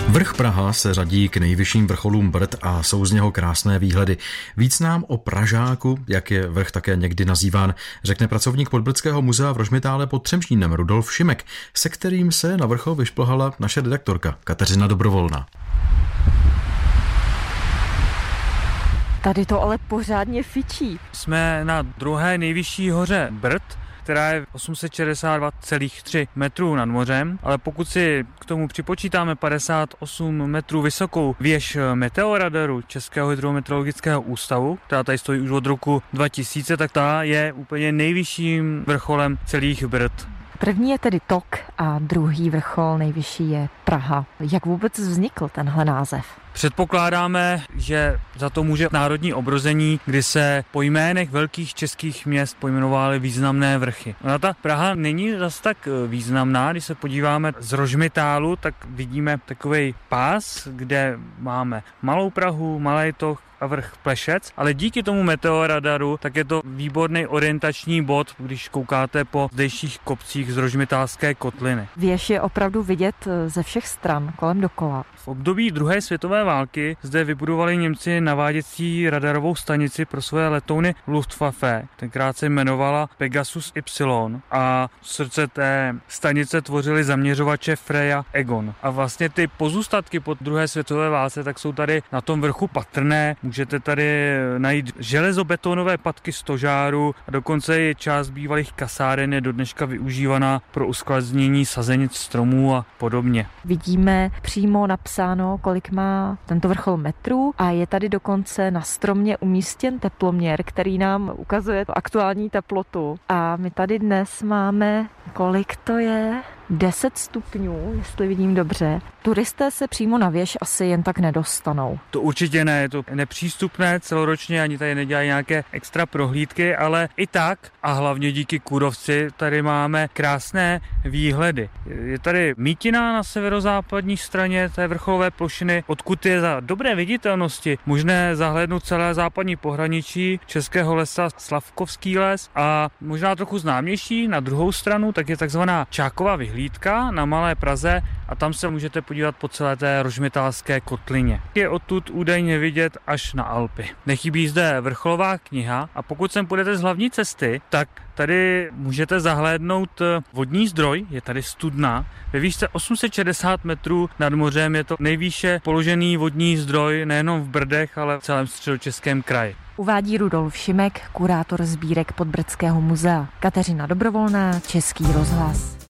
Vrch Praha se řadí k nejvyšším vrcholům Brd a jsou z něho krásné výhledy. Víc nám o Pražáku, jak je vrch také někdy nazýván, řekne pracovník Podbrdského muzea v Rožmitále pod Třemštínem Rudolf Šimek, se kterým se na vrchol vyšplhala naše redaktorka Kateřina Dobrovolná. Tady to ale pořádně fičí. Jsme na druhé nejvyšší hoře Brd, která je 862,3 metrů nad mořem, ale pokud si k tomu připočítáme 58 metrů vysokou věž meteoradaru Českého hydrometeorologického ústavu, která tady stojí už od roku 2000, tak ta je úplně nejvyšším vrcholem celých Brd. První je tedy Tok a druhý vrchol nejvyšší je Praha. Jak vůbec vznikl tenhle název? Předpokládáme, že za to může národní obrození, kdy se po jménech velkých českých měst pojmenovaly významné vrchy. Ona ta Praha není zas tak významná, když se podíváme z Rožmitálu, tak vidíme takovej pás, kde máme Malou Prahu, Malý Tok a vrch Plešec, ale díky tomu meteoradaru tak je to výborný orientační bod, když koukáte po zdejších kopcích z Rožmitálské kotliny. Věž je opravdu vidět ze všech stran, kolem dokola. V období druhé světové války zde vybudovali Němci naváděcí radarovou stanici pro své letouny Luftwaffe. Tenkrát se jmenovala Pegasus Y a srdce té stanice tvořily zaměřovače Freya Egon. A vlastně ty pozůstatky po druhé světové válce tak jsou tady na tom vrchu patrné. Můžete tady najít železobetonové patky stožáru a dokonce i část bývalých kasáren je do dneška využívaná pro uskladnění sazenic stromů a podobně. Vidíme přímo napsáno, kolik má tento vrchol metrů a je tady dokonce na stromě umístěn teploměr, který nám ukazuje aktuální teplotu. A my tady dnes máme, kolik to je? 10 stupňů, jestli vidím dobře. Turisté se přímo na věž asi jen tak nedostanou. To určitě ne, je to nepřístupné celoročně, ani tady nedělají nějaké extra prohlídky, ale i tak a hlavně díky kůrovci tady máme krásné výhledy. Je tady mítina na severozápadní straně té vrcholové plošiny, odkud je za dobré viditelnosti možné zahlédnout celé západní pohraničí Českého lesa Slavkovský les a možná trochu známější na druhou stranu, tak je takzvaná Čákova vyhlídka na Malé Praze a tam se můžete podívat po celé té Rožmitálské kotlině. Je odtud údajně vidět až na Alpy. Nechybí zde vrcholová kniha a pokud sem půjdete z hlavní cesty, tak tady můžete zahlédnout vodní zdroj, je tady studna. Ve výšce 860 metrů nad mořem je to nejvýše položený vodní zdroj nejenom v Brdech, ale v celém Středočeském kraji. Uvádí Rudolf Šimek, kurátor sbírek Podbrdského muzea. Kateřina Dobrovolná, Český rozhlas.